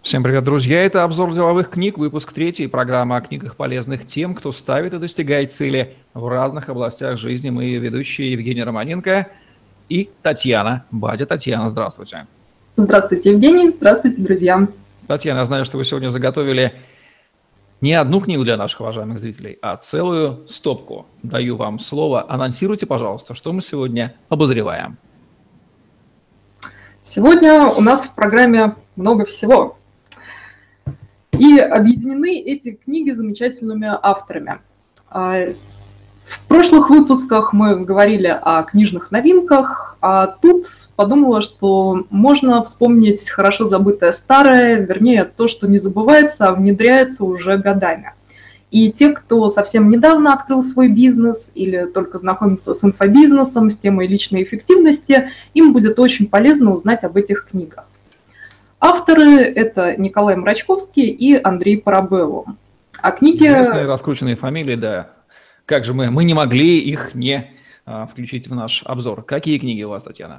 Всем привет, друзья! Это обзор деловых книг, выпуск 3, программа о книгах, полезных тем, кто ставит и достигает цели в разных областях жизни. Мы ее ведущие Евгений Романенко и Татьяна Бадя. Татьяна, здравствуйте. Здравствуйте, Евгений. Здравствуйте, друзья. Татьяна, я знаю, что вы сегодня заготовили не одну книгу для наших уважаемых зрителей, а целую стопку. Даю вам слово. Анонсируйте, пожалуйста, что мы сегодня обозреваем. Сегодня у нас в программе много всего. И объединены эти книги замечательными авторами. В прошлых выпусках мы говорили о книжных новинках, а тут подумала, что можно вспомнить хорошо забытое старое, вернее, то, что не забывается, а внедряется уже годами. И те, кто совсем недавно открыл свой бизнес или только знакомится с инфобизнесом, с темой личной эффективности, им будет очень полезно узнать об этих книгах. Авторы – это Николай Мрачковский и Андрей Парабеллум. А книги… Известные раскрученные фамилии, да. Как же мы не могли их не включить в наш обзор. Какие книги у вас, Татьяна?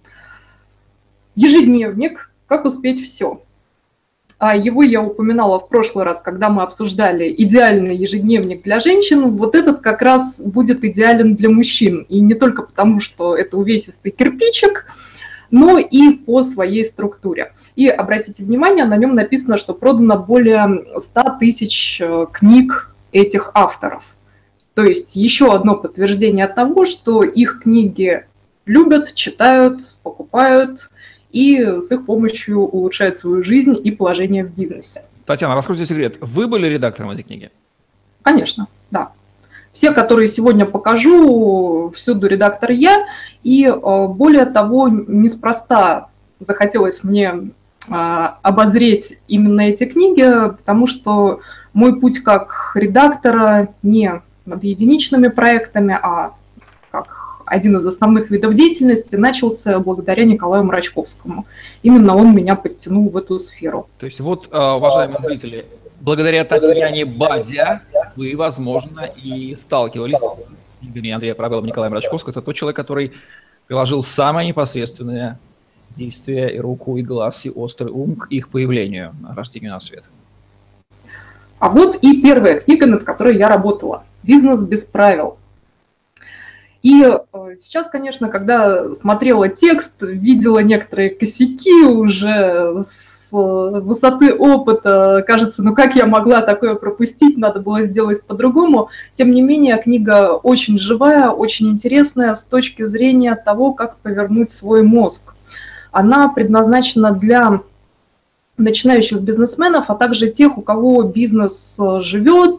Ежедневник «Как успеть все». Его я упоминала в прошлый раз, когда мы обсуждали идеальный ежедневник для женщин. Вот этот как раз будет идеален для мужчин. И не только потому, что это увесистый кирпичик, но и по своей структуре. И обратите внимание, на нем написано, что продано более 100 тысяч книг этих авторов. То есть еще одно подтверждение того, что их книги любят, читают, покупают и с их помощью улучшают свою жизнь и положение в бизнесе. Татьяна, раскройте секрет. Вы были редактором этой книги? Конечно, да. Все, которые сегодня покажу, всюду редактор я. И более того, неспроста захотелось мне обозреть именно эти книги, потому что мой путь как редактора не над единичными проектами, а как один из основных видов деятельности начался благодаря Николаю Мрачковскому. Именно он меня подтянул в эту сферу. То есть вот, уважаемые зрители, благодаря Татьяне Бадя вы, возможно, и сталкивались с книгами Андрея Парабеллума и Николая Мрачковского. Это тот человек, который приложил самое непосредственное действие и руку, и глаз, и острый ум к их появлению, рождению на свет. А вот и первая книга, над которой я работала. «Бизнес без правил». И сейчас, конечно, когда смотрела текст, видела некоторые косяки уже с высоты опыта. Кажется, ну как я могла такое пропустить, надо было сделать по-другому. Тем не менее, книга очень живая, очень интересная с точки зрения того, как повернуть свой мозг. Она предназначена для начинающих бизнесменов, а также тех, у кого бизнес живет,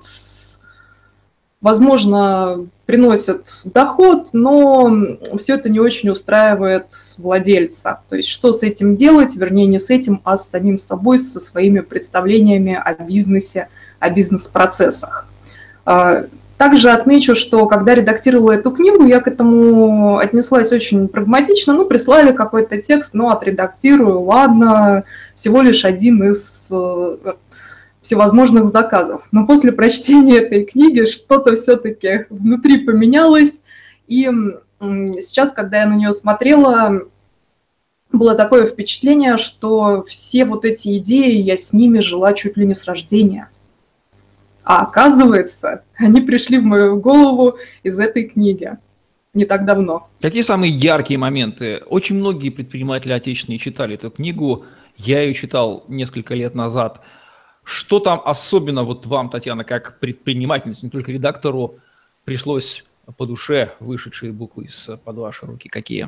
возможно, приносит доход, но все это не очень устраивает владельца. То есть что с этим делать, вернее, не с этим, а с самим собой, со своими представлениями о бизнесе, о бизнес-процессах. Также отмечу, что когда редактировала эту книгу, я к этому отнеслась очень прагматично. Ну, прислали какой-то текст, ну, отредактирую, ладно, всего лишь один из всевозможных заказов. Но после прочтения этой книги что-то все-таки внутри поменялось. И сейчас, когда я на нее смотрела, было такое впечатление, что все вот эти идеи, я с ними жила чуть ли не с рождения. А оказывается, они пришли в мою голову из этой книги не так давно. Какие самые яркие моменты? Очень многие предприниматели отечественные читали эту книгу. Я ее читал несколько лет назад. Что там особенно вот вам, Татьяна, как предпринимательнице, не только редактору, пришлось по душе, вышедшие буквы из-под вашей руки? Какие?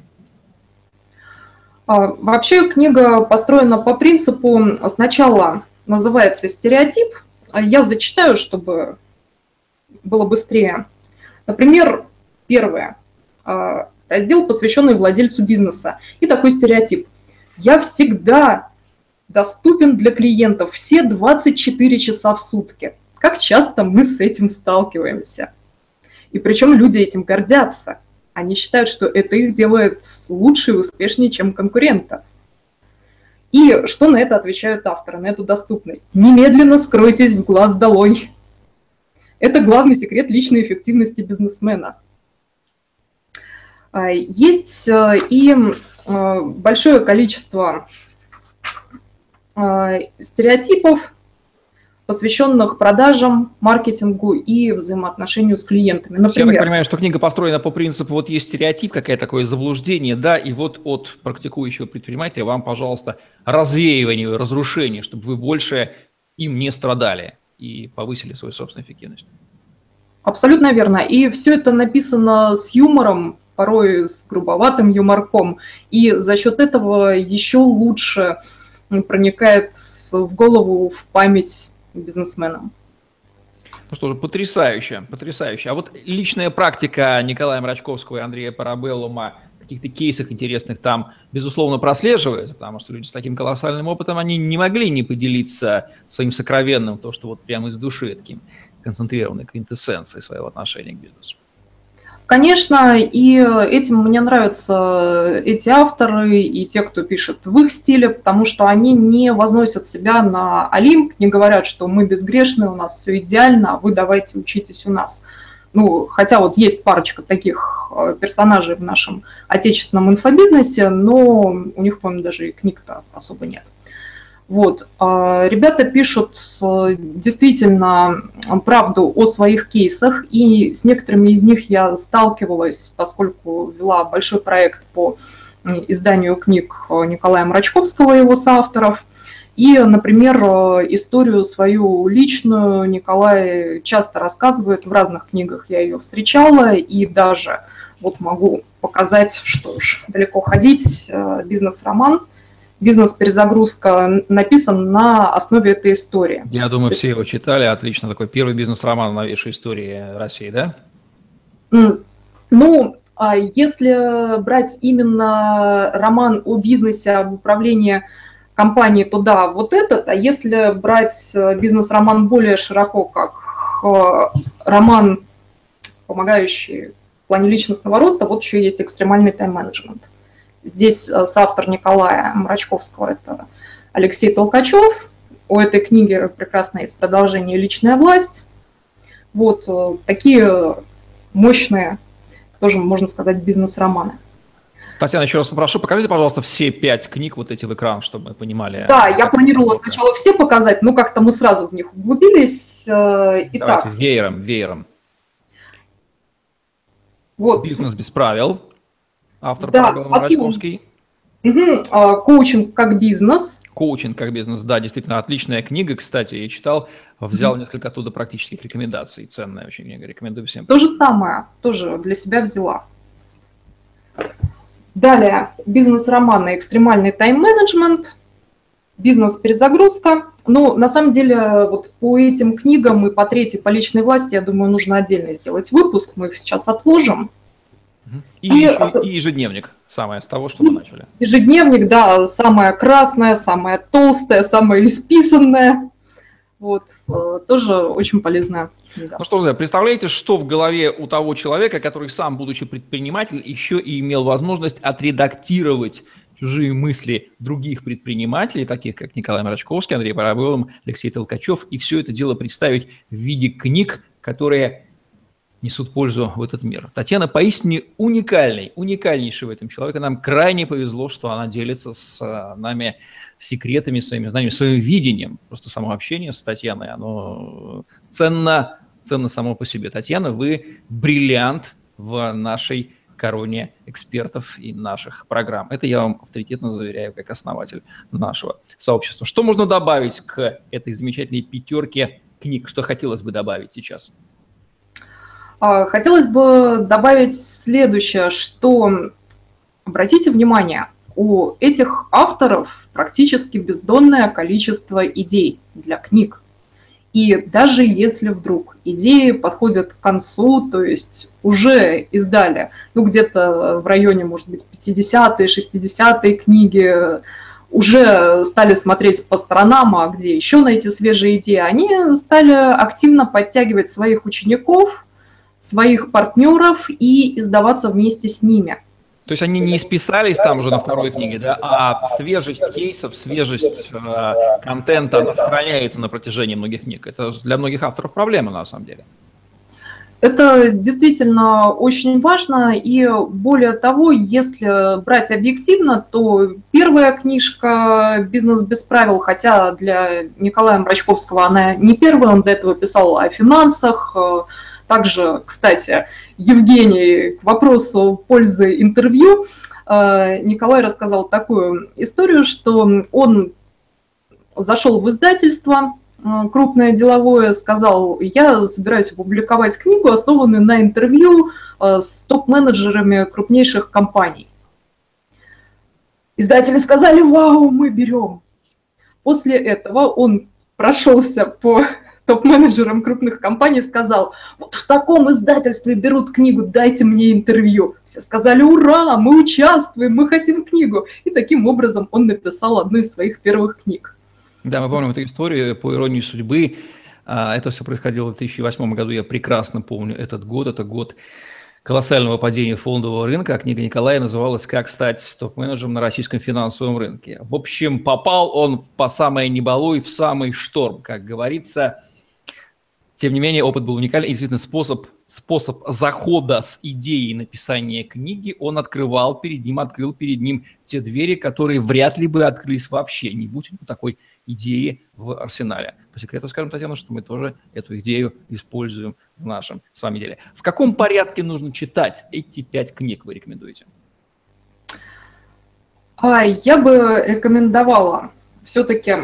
Вообще книга построена по принципу, сначала называется «Стереотип». Я зачитаю, чтобы было быстрее. Например, первое. Раздел, посвященный владельцу бизнеса. И такой стереотип. Я всегда доступен для клиентов все 24 часа в сутки. Как часто мы с этим сталкиваемся? И причем люди этим гордятся. Они считают, что это их делает лучше и успешнее, чем конкурента. И что на это отвечают авторы, на эту доступность? Немедленно скройтесь с глаз долой. Это главный секрет личной эффективности бизнесмена. Есть и большое количество стереотипов, посвященных продажам, маркетингу и взаимоотношению с клиентами. Например, я так понимаю, что книга построена по принципу, вот есть стереотип, какое-то такое заблуждение, да, и вот от практикующего предпринимателя вам, пожалуйста, развеивание, разрушение, чтобы вы больше им не страдали и повысили свою собственную эффективность. Абсолютно верно. И все это написано с юмором, порой с грубоватым юморком, и за счет этого еще лучше проникает в голову, в память бизнесменам. Ну что же, потрясающе, потрясающе. А вот личная практика Николая Мрачковского и Андрея Парабеллума в каких-то кейсах интересных там, безусловно, прослеживается, потому что люди с таким колоссальным опытом, они не могли не поделиться своим сокровенным, то, что вот прямо из души, таким концентрированной квинтэссенцией своего отношения к бизнесу. Конечно, и этим мне нравятся эти авторы и те, кто пишет в их стиле, потому что они не возносят себя на Олимп, не говорят, что мы безгрешны, у нас все идеально, а вы давайте учитесь у нас. Ну, хотя вот есть парочка таких персонажей в нашем отечественном инфобизнесе, но у них, по-моему, даже и книг-то особо нет. Вот. Ребята пишут действительно правду о своих кейсах, и с некоторыми из них я сталкивалась, поскольку вела большой проект по изданию книг Николая Мрачковского и его соавторов. И, например, историю свою личную Николай часто рассказывает в разных книгах, я ее встречала, и даже вот могу показать, что уж далеко ходить, бизнес-роман. «Бизнес-перезагрузка» написан на основе этой истории. Я думаю, все его читали. Отлично. Такой первый бизнес-роман в новейшей истории России, да? Ну, если брать именно роман о бизнесе, об управлении компанией, то да, вот этот. А если брать бизнес-роман более широко, как роман, помогающий в плане личностного роста, вот еще есть «Экстремальный тайм-менеджмент». Здесь соавтор Николая Мрачковского – это Алексей Толкачев. У этой книги прекрасно есть продолжение «Личная власть». Вот такие мощные, тоже, можно сказать, бизнес-романы. Татьяна, еще раз попрошу, покажите, пожалуйста, все 5 книг вот эти в экран, чтобы мы понимали. Да, я планировала сначала все показать, но как-то мы сразу в них углубились. Итак, давайте веером. Вот. «Бизнес без правил». Автор Парабеллум Мрачковский. «Коучинг как бизнес». «Коучинг как бизнес», да, действительно отличная книга, кстати, я читал, взял несколько оттуда практических рекомендаций, ценная очень книга, рекомендую всем. То же самое, тоже для себя взяла. Далее, бизнес-романы «Экстремальный тайм-менеджмент», «Бизнес-перезагрузка». Ну, на самом деле, вот по этим книгам и по третьей, по личной власти, я думаю, нужно отдельно сделать выпуск, мы их сейчас отложим. И ежедневник, самое с того, что мы начали. Ежедневник, да, самое красное, самое толстое, самое исписанное. Вот, тоже очень полезная книга. Ну что же, представляете, что в голове у того человека, который сам, будучи предпринимателем, еще и имел возможность отредактировать чужие мысли других предпринимателей, таких как Николай Мрачковский, Андрей Парабеллум, Алексей Толкачев, и все это дело представить в виде книг, которые несут пользу в этот мир. Татьяна поистине уникальнейший в этом человек. Нам крайне повезло, что она делится с нами секретами, своими знаниями, своим видением. Просто само общение с Татьяной, оно ценно само по себе. Татьяна, вы бриллиант в нашей короне экспертов и наших программ. Это я вам авторитетно заверяю, как основатель нашего сообщества. Что можно добавить к этой замечательной пятерке книг? Что хотелось бы добавить сейчас? Хотелось бы добавить следующее, что, обратите внимание, у этих авторов практически бездонное количество идей для книг. И даже если вдруг идеи подходят к концу, то есть уже издали, ну где-то в районе, может быть, 50-е, 60-е книги, уже стали смотреть по сторонам, а где еще найти свежие идеи, они стали активно подтягивать своих учеников, своих партнеров и издаваться вместе с ними. То есть они не списались там уже на второй книге, да, а свежесть кейсов, свежесть контента, она сохраняется на протяжении многих книг. Это для многих авторов проблема, на самом деле. Это действительно очень важно, и более того, если брать объективно, то первая книжка «Бизнес без правил», хотя для Николая Мрачковского она не первая, он до этого писал о финансах. Также, кстати, Евгений, к вопросу пользы интервью, Николай рассказал такую историю, что он зашел в издательство крупное деловое, сказал: я собираюсь опубликовать книгу, основанную на интервью с топ-менеджерами крупнейших компаний. Издатели сказали: вау, мы берем. После этого он прошелся по топ-менеджерам крупных компаний, сказал: вот в таком издательстве берут книгу, дайте мне интервью. Все сказали: ура, мы участвуем, мы хотим книгу. И таким образом он написал одну из своих первых книг. Да, мы помним эту историю, по иронии судьбы. Это все происходило в 2008 году, я прекрасно помню этот год. Это год колоссального падения фондового рынка. А книга Николая называлась «Как стать топ-менеджером на российском финансовом рынке». В общем, попал он по самое не балуй, в самый шторм, как говорится. Тем не менее, опыт был уникальный. И действительно, способ захода с идеей написания книги он открыл перед ним те двери, которые вряд ли бы открылись вообще, не будь такой идеи в арсенале. По секрету скажем, Татьяна, что мы тоже эту идею используем в нашем с вами деле. В каком порядке нужно читать эти 5 книг, вы рекомендуете? Я бы рекомендовала все-таки,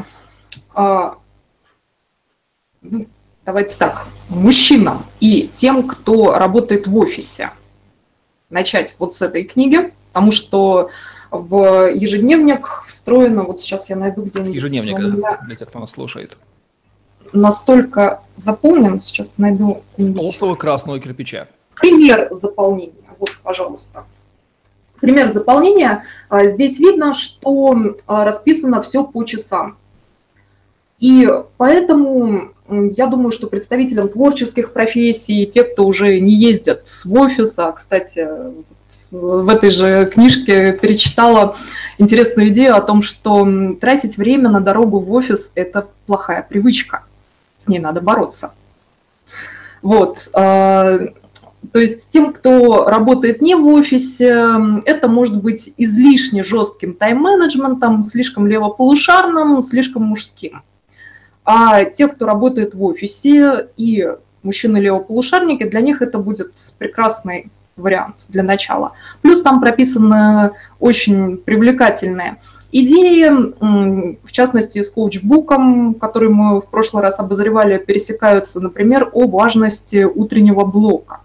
давайте так, мужчинам и тем, кто работает в офисе, начать вот с этой книги, потому что в ежедневник встроено, вот сейчас я найду где-нибудь. Ежедневник, для тех, кто нас слушает. Настолько заполнен, сейчас найду. Толстого красного кирпича. Пример заполнения, вот, пожалуйста. Пример заполнения. Здесь видно, что расписано все по часам. И поэтому я думаю, что представителям творческих профессий, те, кто уже не ездят в офис, кстати, в этой же книжке перечитала интересную идею о том, что тратить время на дорогу в офис – это плохая привычка, с ней надо бороться. Вот. То есть тем, кто работает не в офисе, это может быть излишне жестким тайм-менеджментом, слишком левополушарным, слишком мужским. А те, кто работает в офисе и мужчины-левополушарники, для них это будет прекрасный вариант для начала. Плюс там прописаны очень привлекательные идеи, в частности, с коучбуком, который мы в прошлый раз обозревали, пересекаются, например, о важности утреннего блока.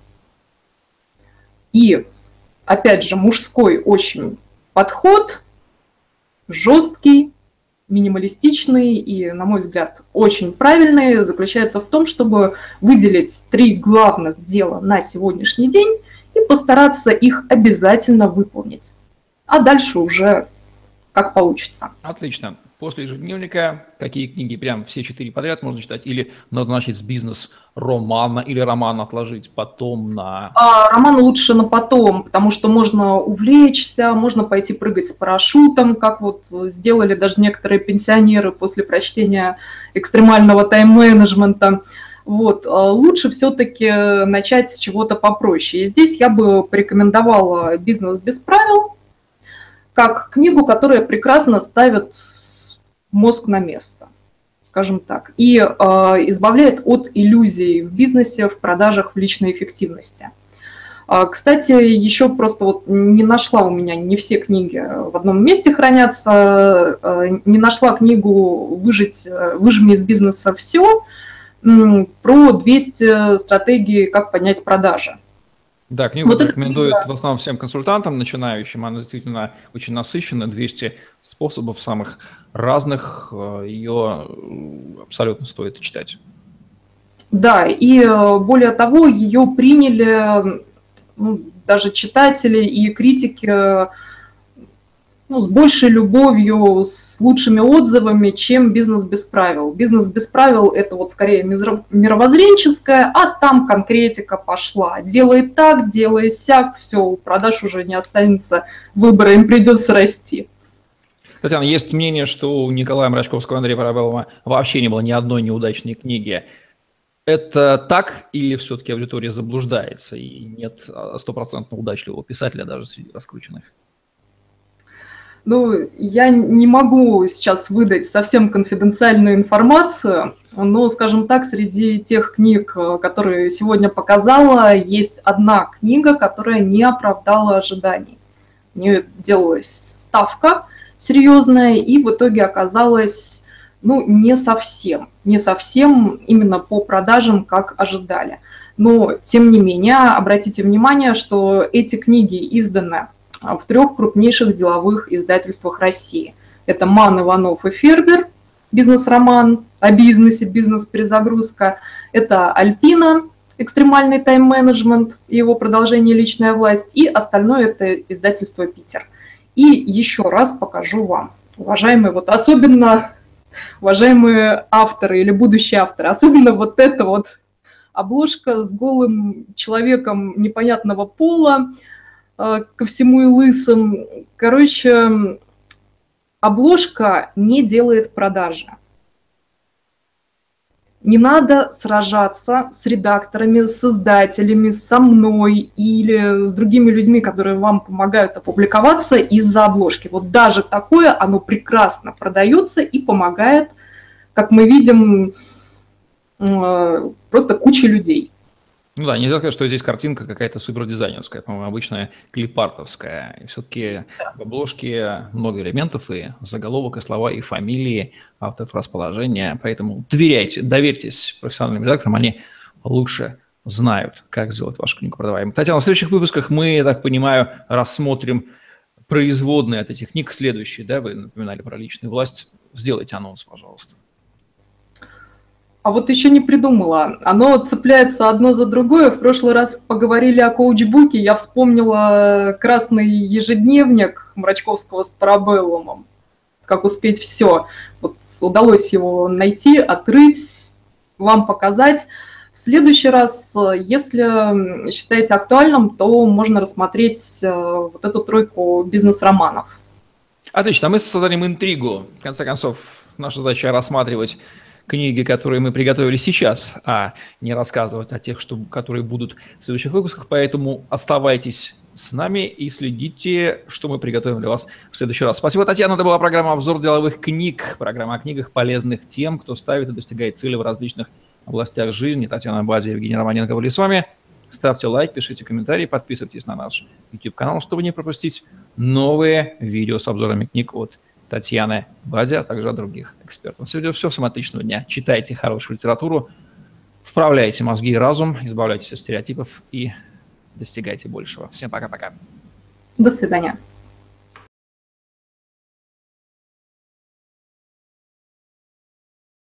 И, опять же, мужской очень подход, жесткий, минималистичный и, на мой взгляд, очень правильный, заключается в том, чтобы выделить 3 главных дела на сегодняшний день и постараться их обязательно выполнить. А дальше уже как получится. Отлично. После ежедневника какие книги? Прям все 4 подряд можно читать? Или надо начать с бизнес-романа, или роман отложить потом на... Роман лучше на потом, потому что можно увлечься, можно пойти прыгать с парашютом, как вот сделали даже некоторые пенсионеры после прочтения экстремального тайм-менеджмента. Вот. Лучше все-таки начать с чего-то попроще. И здесь я бы порекомендовала «Бизнес без правил» как книгу, которая прекрасно ставит мозг на место, скажем так, и избавляет от иллюзий в бизнесе, в продажах, в личной эффективности. Кстати, еще просто вот не нашла у меня, не все книги в одном месте хранятся, не нашла книгу «Выжми из бизнеса все» про 200 стратегий, как поднять продажи. Да, книгу вот рекомендуют в основном всем консультантам начинающим. Она действительно очень насыщена, 200 способов самых разных. Ее абсолютно стоит читать. Да, и более того, ее приняли даже читатели и критики с большей любовью, с лучшими отзывами, чем «Бизнес без правил». «Бизнес без правил» – это вот скорее мировоззренческое, а там конкретика пошла. Делай так, делай сяк, все, у продаж уже не останется выбора, им придется расти. Татьяна, есть мнение, что у Николая Мрачковского и Андрея Парабеллума вообще не было ни одной неудачной книги. Это так или все-таки аудитория заблуждается и нет стопроцентно удачливого писателя даже среди раскрученных? Ну, я не могу сейчас выдать совсем конфиденциальную информацию, но, скажем так, среди тех книг, которые сегодня показала, есть одна книга, которая не оправдала ожиданий. У нее делалась ставка серьезная, и в итоге оказалось, ну, не совсем именно по продажам, как ожидали. Но, тем не менее, обратите внимание, что эти книги изданы в 3 крупнейших деловых издательствах России. Это «Ман, Иванов и Фербер», бизнес-роман о бизнесе, бизнес-перезагрузка. Это «Альпина», экстремальный тайм-менеджмент и его продолжение «Личная власть». И остальное это издательство «Питер». И еще раз покажу вам, уважаемые, вот особенно уважаемые авторы или будущие авторы, особенно вот эта вот обложка с голым человеком непонятного пола, ко всему и лысым. Короче, обложка не делает продажи. Не надо сражаться с редакторами, с издателями, со мной или с другими людьми, которые вам помогают опубликоваться из-за обложки. Вот даже такое, оно прекрасно продается и помогает, как мы видим, просто куче людей. Ну да, нельзя сказать, что здесь картинка какая-то супердизайнерская, по-моему, обычная клипартовская. И все-таки в обложке много элементов, и заголовок, и слова, и фамилии авторов расположения. Поэтому доверьтесь профессиональным редакторам, они лучше знают, как сделать вашу книгу продаваемой. Татьяна, в следующих выпусках мы, я так понимаю, рассмотрим производные от этих книг. Следующие, да, вы напоминали про личную власть. Сделайте анонс, пожалуйста. А вот еще не придумала. Оно цепляется одно за другое. В прошлый раз поговорили о коучбуке. Я вспомнила красный ежедневник Мрачковского с Парабеллумом. Как успеть все. Вот удалось его найти, открыть, вам показать. В следующий раз, если считаете актуальным, то можно рассмотреть вот эту 3 бизнес-романов. Отлично. А мы создадим интригу. В конце концов, наша задача рассматривать книги, которые мы приготовили сейчас, а не рассказывать о тех, которые будут в следующих выпусках. Поэтому оставайтесь с нами и следите, что мы приготовим для вас в следующий раз. Спасибо, Татьяна. Это была программа «Обзор деловых книг». Программа о книгах, полезных тем, кто ставит и достигает цели в различных областях жизни. Татьяна Бадия и Евгений Романенко были с вами. Ставьте лайк, пишите комментарии, подписывайтесь на наш YouTube-канал, чтобы не пропустить новые видео с обзорами книг от Татьяны Бадия, а также от других экспертов. Сегодня все. Всем отличного дня. Читайте хорошую литературу, вправляйте мозги и разум, избавляйтесь от стереотипов и достигайте большего. Всем пока-пока. До свидания.